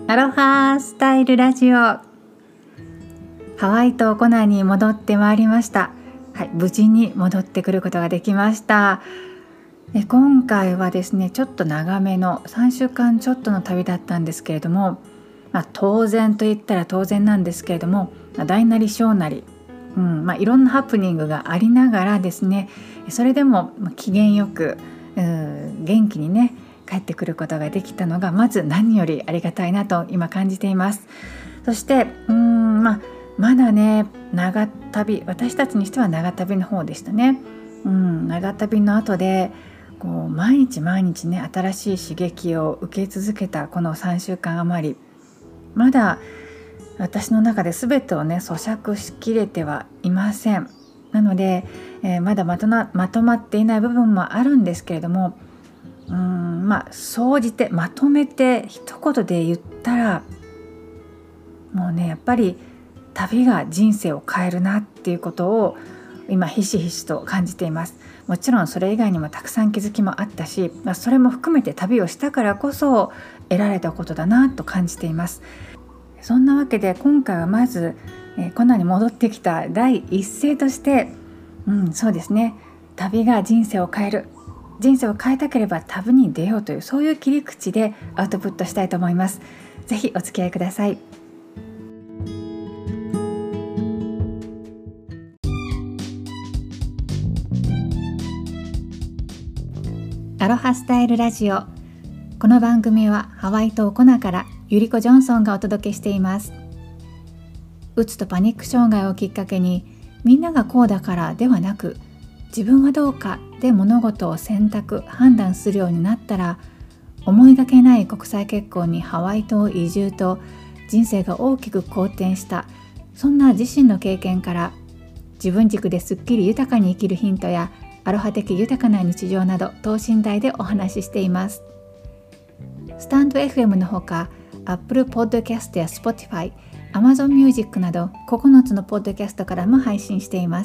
アロハスタイルラジオ、ハワイとコナに戻ってまいりました。はい、無事に戻ってくることができました。今回はですね、ちょっと長めの3週間ちょっとの旅だったんですけれども、当然と言ったら当然なんですけれども、大なり小なり、いろんなハプニングがありながらですね、それでも機嫌よく元気にね帰ってくることができたのがまず何よりありがたいなと今感じています。そしてまだね長旅、私たちにしては長旅の方でしたね。長旅の後でこう毎日ね新しい刺激を受け続けたこの3週間余り、まだ私の中で全てをね咀嚼しきれてはいません。なので、まだまとまっていない部分もあるんですけれども、総じてまとめて一言で言ったら、もうねやっぱり旅が人生を変えるなっていうことを今ひしひしと感じています。もちろんそれ以外にもたくさん気づきもあったし、それも含めて旅をしたからこそ得られたことだなと感じています。そんなわけで今回はまず、コナに戻ってきた第一声として、そうですね、旅が人生を変える、人生を変えたければ旅に出ようという、そういう切り口でアウトプットしたいと思います。ぜひお付き合いください。アロハスタイルラジオ、この番組はハワイ島コナからゆりこジョンソンがお届けしています。うつとパニック障害をきっかけに、みんながこうだからではなく、自分はどうかで物事を判断するようになったら、思いがけない国際結婚にハワイ島移住と人生が大きく好転した、そんな自身の経験から自分軸ですっきり豊かに生きるヒントやアロハ的豊かな日常など等身大でお話ししています。スタンド FM のほか Apple Podcast や Spotify、Amazon Music など9つのポッドキャストからも配信しています。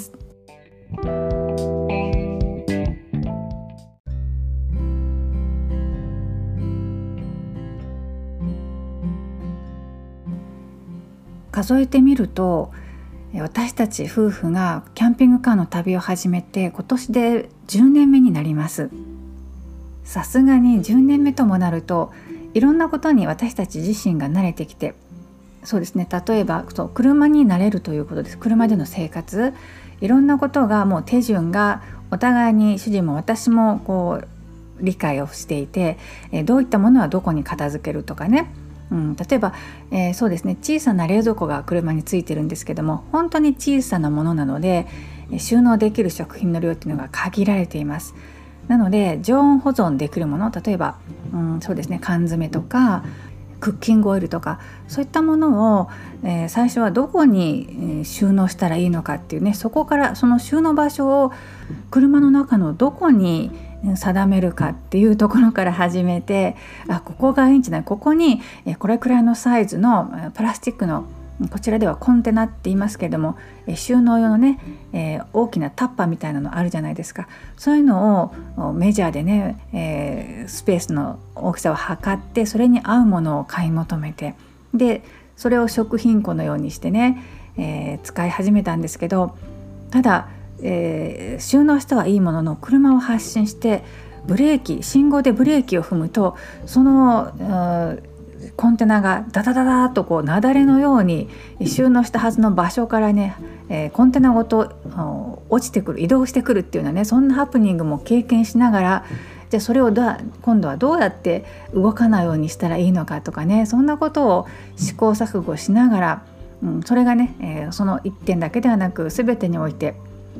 数えてみると、私たち夫婦がキャンピングカーの旅を始めて今年で10年目になります。さすがに10年目ともなると、いろんなことに私たち自身が慣れてきて、そうですね、例えば車に慣れるということです。車での生活、いろんなことがもう手順がお互いに主人も私もこう理解をしていて、どういったものはどこに片付けるとかね、例えば、そうですね、小さな冷蔵庫が車についてるんですけども、本当に小さなものなので収納できる食品の量っていうのが限られています。なので常温保存できるもの、例えば、そうですね、缶詰とかクッキングオイルとか、そういったものを、最初はどこに、収納したらいいのかっていうね、そこからその収納場所を車の中のどこに定めるかっていうところから始めて、ここがいいんじゃない、ここにこれくらいのサイズのプラスチックの、こちらではコンテナって言いますけれども、収納用のね、大きなタッパーみたいなのあるじゃないですか。そういうのをメジャーでね、スペースの大きさを測って、それに合うものを買い求めて、でそれを食品庫のようにしてね、使い始めたんですけど、ただ収納してはいいものの、車を発進して信号でブレーキを踏むと、そのコンテナがダダダダーとこう雪崩のように収納したはずの場所からね、コンテナごと落ちてくる、移動してくるっていうようなね、そんなハプニングも経験しながら、じゃあそれを今度はどうやって動かないようにしたらいいのかとかね、そんなことを試行錯誤しながら、それがね、その1点だけではなく全てにおいて、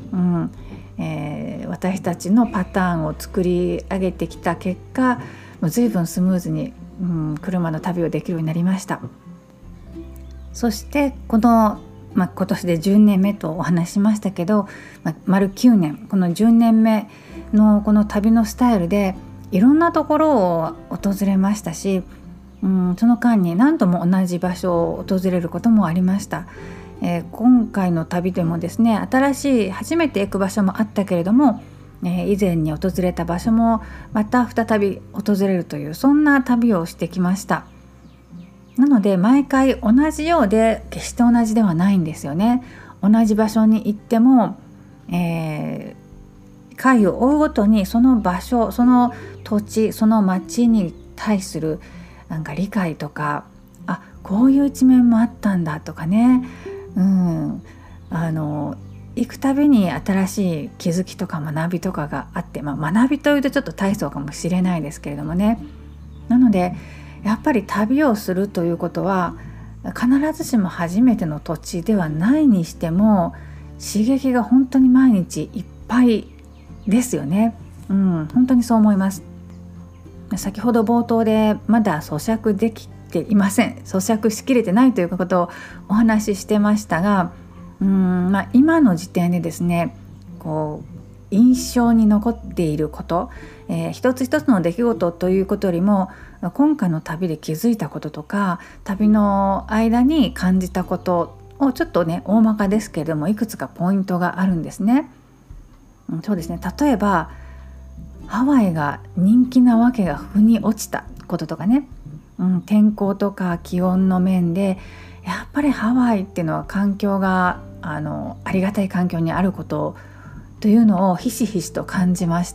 私たちのパターンを作り上げてきた結果、もう随分スムーズに、車の旅をできるようになりました。そしてこの、今年で10年目とお話ししましたけど、丸9年、この10年目のこの旅のスタイルでいろんなところを訪れましたし、その間に何度も同じ場所を訪れることもありました。今回の旅でもですね、初めて行く場所もあったけれども、以前に訪れた場所もまた再び訪れるという、そんな旅をしてきました。 なので毎回同じようで決して同じではないんですよね。同じ場所に行っても、回を追うごとにその場所、その土地、その町に対するなんか理解とか、こういう一面もあったんだとかね、行くたびに新しい気づきとか学びとかがあって、学びというとちょっと大層かもしれないですけれどもね。なのでやっぱり旅をするということは必ずしも初めての土地ではないにしても刺激が本当に毎日いっぱいですよね。本当にそう思います。先ほど冒頭でまだ咀嚼できていません、咀嚼しきれてないということをお話ししてましたが、今の時点でですね、印象に残っていること、一つ一つの出来事ということよりも今回の旅で気づいたこととか旅の間に感じたことをちょっとね大まかですけれどもいくつかポイントがあるんですね。そうですね、例えばハワイが人気なわけが腑に落ちたこととかね、天候とか気温の面でやっぱりハワイっていうのは環境がありがたい環境にあることというのをひしひしと感じました。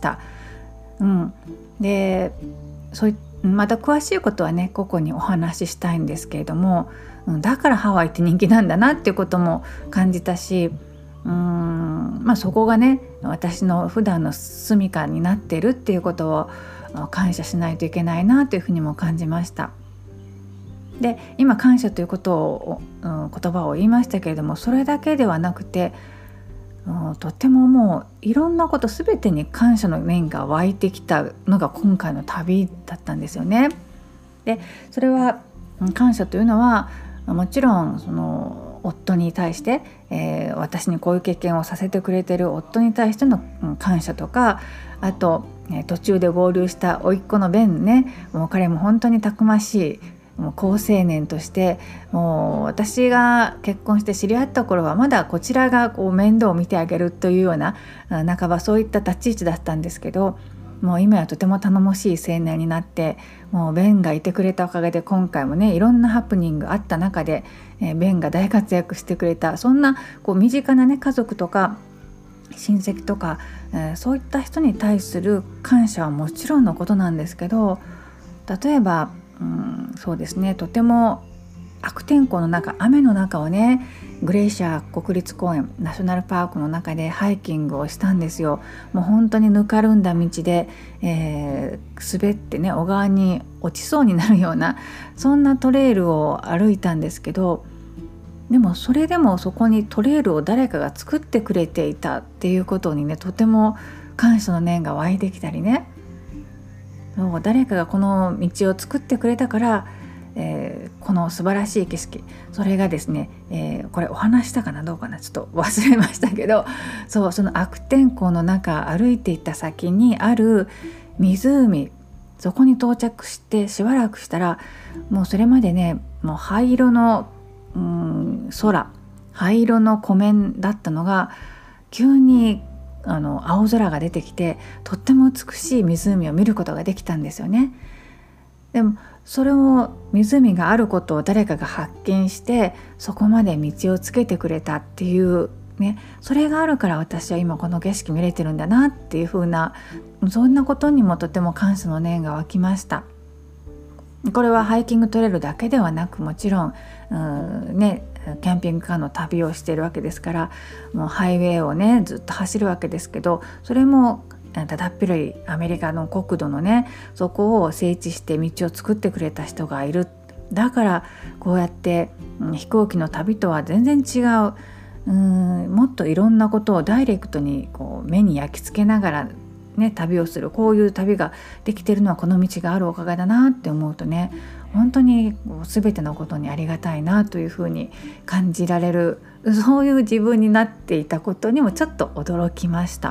でまた詳しいことはね個々にお話ししたいんですけれども、だからハワイって人気なんだなっていうことも感じたし、そこがね私の普段の住処になっているっていうことを感謝しないといけないなというふうにも感じました。で今感謝ということを、言葉を言いましたけれども、それだけではなくてとてももういろんなこと全てに感謝の念が湧いてきたのが今回の旅だったんですよね。でそれは感謝というのはもちろんその夫に対して、私にこういう経験をさせてくれている夫に対しての感謝とか、あと途中で合流した甥っ子のベンね、もう彼も本当にたくましいもう好青年として、もう私が結婚して知り合った頃はまだこちらが面倒を見てあげるというような半ばそういった立ち位置だったんですけど、もう今やとても頼もしい青年になって、もうベンがいてくれたおかげで今回もねいろんなハプニングあった中で、ベンが大活躍してくれた、そんな身近なね家族とか親戚とか、そういった人に対する感謝はもちろんのことなんですけど、例えばそうですね、とても悪天候の中、雨の中をねグレイシャー国立公園ナショナルパークの中でハイキングをしたんですよ。もう本当にぬかるんだ道で、滑ってね小川に落ちそうになるようなそんなトレイルを歩いたんですけど、でもそれでもそこにトレイルを誰かが作ってくれていたっていうことにねとても感謝の念が湧いてきたりね、誰かがこの道を作ってくれたから、この素晴らしい景色、それがですね、これお話したかなどうかなちょっと忘れましたけど、その悪天候の中歩いていった先にある湖、そこに到着してしばらくしたらもうそれまでねもう灰色の空、灰色の湖面だったのが急に青空が出てきてとっても美しい湖を見ることができたんですよね。でもそれを湖があることを誰かが発見してそこまで道をつけてくれたっていうね、それがあるから私は今この景色見れてるんだなっていう風な、そんなことにもとても感謝の念が湧きました。これはハイキングトレイルだけではなく、もちろん、キャンピングカーの旅をしているわけですから、もうハイウェイをねずっと走るわけですけど、それもだだっ広いアメリカの国土のねそこを整地して道を作ってくれた人がいる。だからこうやって、飛行機の旅とは全然違う、もっといろんなことをダイレクトに目に焼き付けながらね旅をする、こういう旅ができているのはこの道があるおかげだなって思うとね、本当に全てのことにありがたいなというふうに感じられる、そういう自分になっていたことにもちょっと驚きました。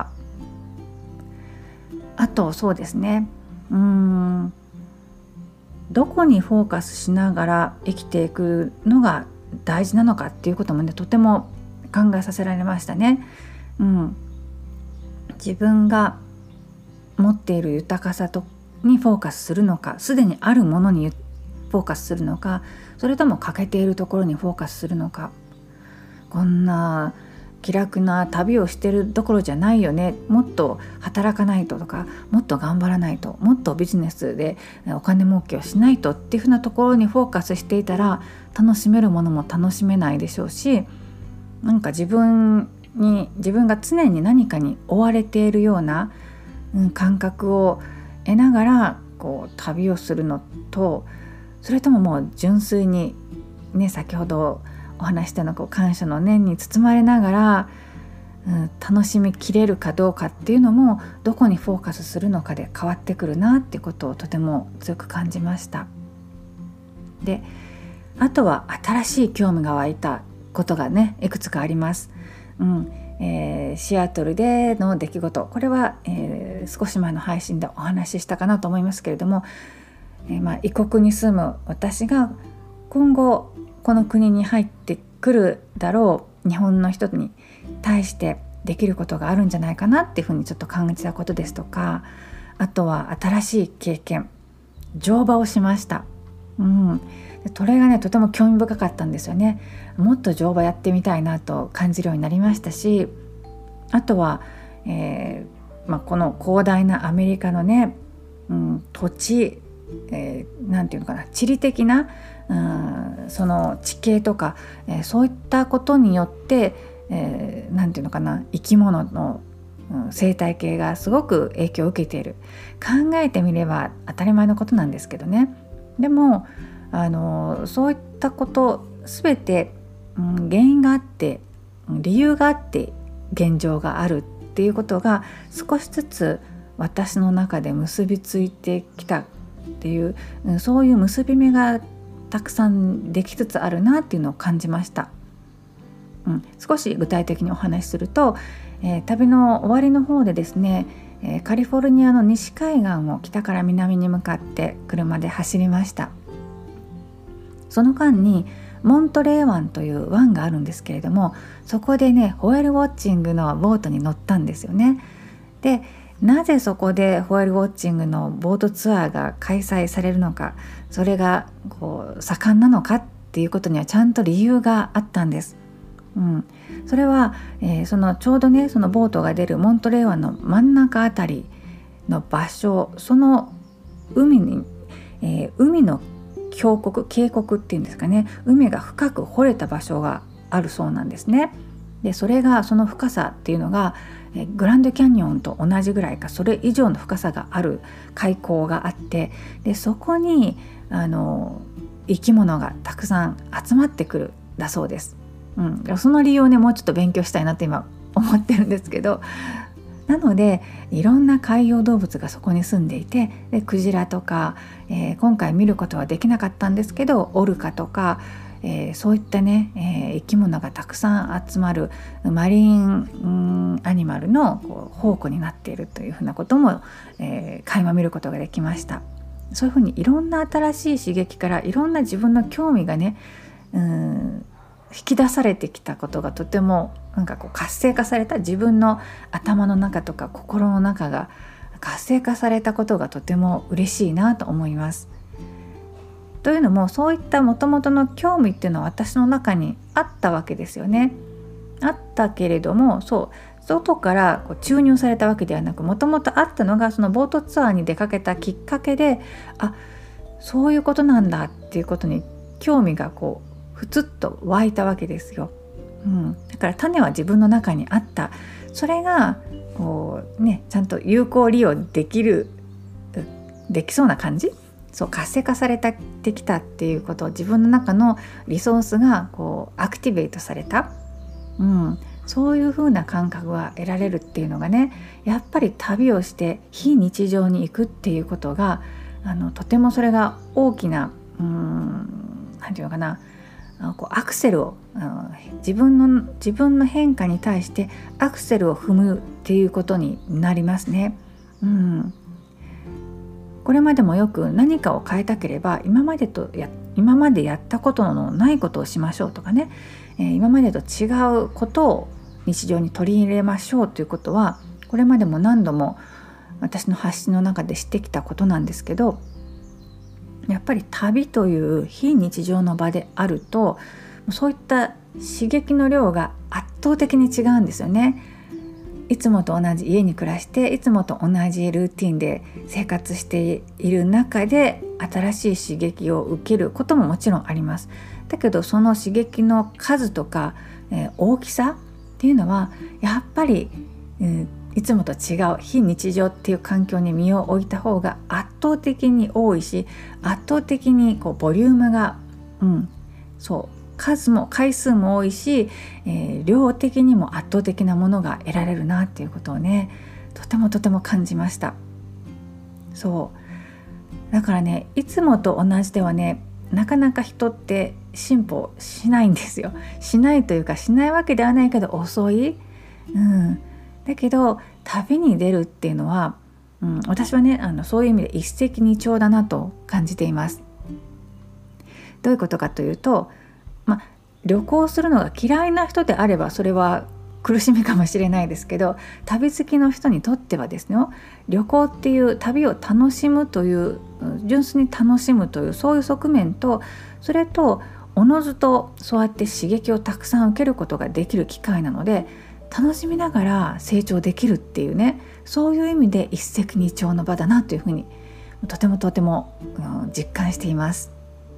あとそうですね、どこにフォーカスしながら生きていくのが大事なのかっていうこともねとても考えさせられましたね。自分が持っている豊かさにフォーカスするのか、すでにあるものにフォーカスするのか、それとも欠けているところにフォーカスするのか。こんな気楽な旅をしてるどころじゃないよね、もっと働かないととか、もっと頑張らないと、もっとビジネスでお金儲けをしないとっていうふうなところにフォーカスしていたら、楽しめるものも楽しめないでしょうし、なんか自分が常に何かに追われているような、感覚を得ながらこう旅をするのと、それとももう純粋にね、先ほどお話したの感謝の念に包まれながら、楽しみきれるかどうかっていうのも、どこにフォーカスするのかで変わってくるなっていうことをとても強く感じました。で、あとは新しい興味が湧いたことがね、いくつかあります。シアトルでの出来事、これは、少し前の配信でお話ししたかなと思いますけれども、異国に住む私が今後この国に入ってくるだろう日本の人に対してできることがあるんじゃないかなっていうふうにちょっと感じたことですとか、あとは新しい経験、乗馬をしました。それがね、とても興味深かったんですよね。もっと乗馬やってみたいなと感じるようになりましたし、あとは、この広大なアメリカのね、土地、なんていうのかな、地理的な、その地形とか、そういったことによって、なんていうのかな、生き物の生態系がすごく影響を受けている。考えてみれば当たり前のことなんですけどね。でもそういったこと全て、原因があって理由があって現状があるっていうことが少しずつ私の中で結びついてきたっていう、そういう結び目がたくさんできつつあるなっていうのを感じました。少し具体的にお話しすると、旅の終わりの方でですね、カリフォルニアの西海岸を北から南に向かって車で走りました。その間にモントレー湾という湾があるんですけれども、そこでね、ホエールウォッチングのボートに乗ったんですよね。で、なぜそこでホエールウォッチングのボートツアーが開催されるのか、それが盛んなのかっていうことにはちゃんと理由があったんです。それは、そのちょうどね、そのボートが出るモントレー湾の真ん中あたりの場所、その海に、海の峡谷っていうんですかね、海が深く掘れた場所があるそうなんですね。で、その深さっていうのがグランドキャニオンと同じぐらいか、それ以上の深さがある海溝があって、でそこに生き物がたくさん集まってくるだそうです。その理由をね、もうちょっと勉強したいなって今思ってるんですけど、なのでいろんな海洋動物がそこに住んでいて、でクジラとか、今回見ることはできなかったんですけど、オルカとか、そういったね、生き物がたくさん集まるマリン、アニマルの宝庫になっているというふうなことも、垣間見ることができました。そういうふうにいろんな新しい刺激からいろんな自分の興味がね、引き出されてきたことがとても活性化された、自分の頭の中とか心の中が活性化されたことがとても嬉しいなと思います。というのも、そういった元々の興味っていうのは私の中にあったわけですよね。あったけれども、外から注入されたわけではなく、もともとあったのがそのボートツアーに出かけたきっかけで、そういうことなんだっていうことに興味がふつっと湧いたわけですよ。だから種は自分の中にあった。それがちゃんと有効利用できそうな感じ、活性化されてきたっていうこと、自分の中のリソースがアクティベートされた、そういう風な感覚が得られるっていうのがね、やっぱり旅をして非日常に行くっていうことがとてもそれが大きななんていうのかな、アクセルを自分の変化に対してアクセルを踏むっていうことになりますね。これまでもよく何かを変えたければ今までやったことのないことをしましょうとかね、今までと違うことを日常に取り入れましょうということは、これまでも何度も私の発信の中でしてきたことなんですけど、 やっぱり旅という非日常の場であると、そういった刺激の量が圧倒的に違うんですよね。いつもと同じ家に暮らして、いつもと同じルーティンで生活している中で新しい刺激を受けることももちろんあります。だけどその刺激の数とか、大きさっていうのはやっぱり、いつもと違う非日常っていう環境に身を置いた方が圧倒的に多いし、圧倒的にボリュームが、数も回数も多いし、量的にも圧倒的なものが得られるなっていうことをね、とても感じました。そうだからね、いつもと同じではね、なかなか人って進歩しないんですよ。しないというか、しないわけではないけど遅い、だけど旅に出るっていうのは、私はね、そういう意味で一石二鳥だなと感じています。どういうことかというと、旅行するのが嫌いな人であればそれは苦しみかもしれないですけど、旅好きの人にとってはですね、旅行っていう旅を楽しむという、純粋に楽しむというそういう側面と、それとおのずとそうやって刺激をたくさん受けることができる機会なので、楽しみながら成長できるっていうね、そういう意味で一石二鳥の場だなというふうにとても、実感しています。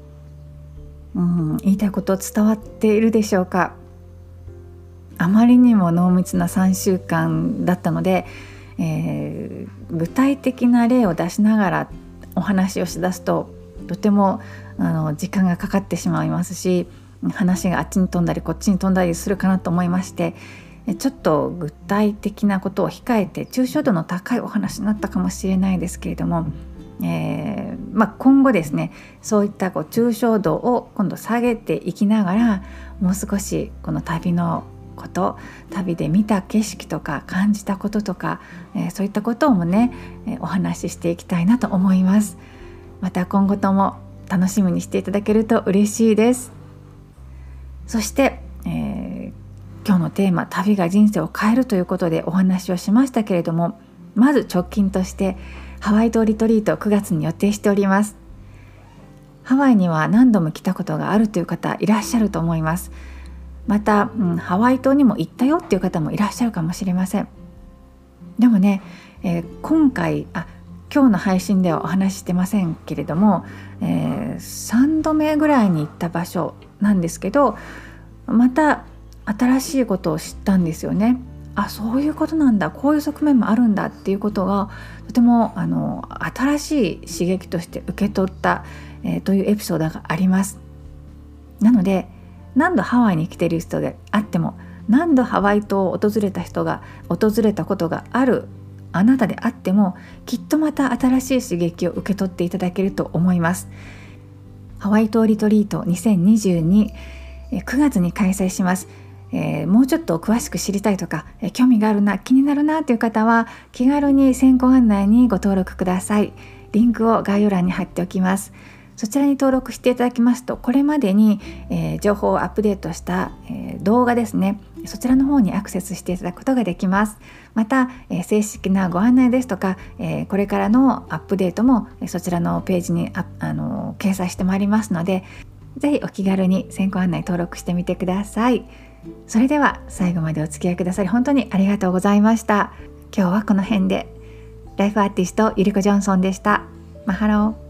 言いたいこと伝わっているでしょうか。あまりにも濃密な3週間だったので、具体的な例を出しながらお話をしだすととても時間がかかってしまいますし、話があっちに飛んだりこっちに飛んだりするかなと思いまして、ちょっと具体的なことを控えて抽象度の高いお話になったかもしれないですけれども、今後ですね、そういった抽象度を今度下げていきながら、もう少しこの旅のこと、旅で見た景色とか感じたこととか、そういったことをもね、お話ししていきたいなと思います。また今後とも楽しみにしていただけると嬉しいです。そして、今日のテーマ、旅が人生を変えるということでお話をしましたけれども、まず直近としてハワイ島リトリートを9月に予定しております。ハワイには何度も来たことがあるという方いらっしゃると思います。また、ハワイ島にも行ったよっていう方もいらっしゃるかもしれません。でもね、今回今日の配信ではお話ししてませんけれども、3度目ぐらいに行った場所なんですけど、また新しいことを知ったんですよね。そういうことなんだ、こういう側面もあるんだっていうことがとても新しい刺激として受け取った、というエピソードがあります。なので、何度ハワイに来ている人であっても、何度ハワイ島を訪れた人が訪れたことがあるあなたであっても、きっとまた新しい刺激を受け取っていただけると思います。ハワイ島リトリート2022、9月に開催します。もうちょっと詳しく知りたいとか、興味があるな、気になるなという方は気軽に先行案内にご登録ください。リンクを概要欄に貼っておきます。そちらに登録していただきますと、これまでに、情報をアップデートした、動画ですね、そちらの方にアクセスしていただくことができます。また、正式なご案内ですとか、これからのアップデートもそちらのページに掲載してまいりますので、ぜひお気軽に先行案内登録してみてください。それでは最後までお付き合いくださり本当にありがとうございました。今日はこの辺で。ライフアーティストゆりこジョンソンでした。マハロー。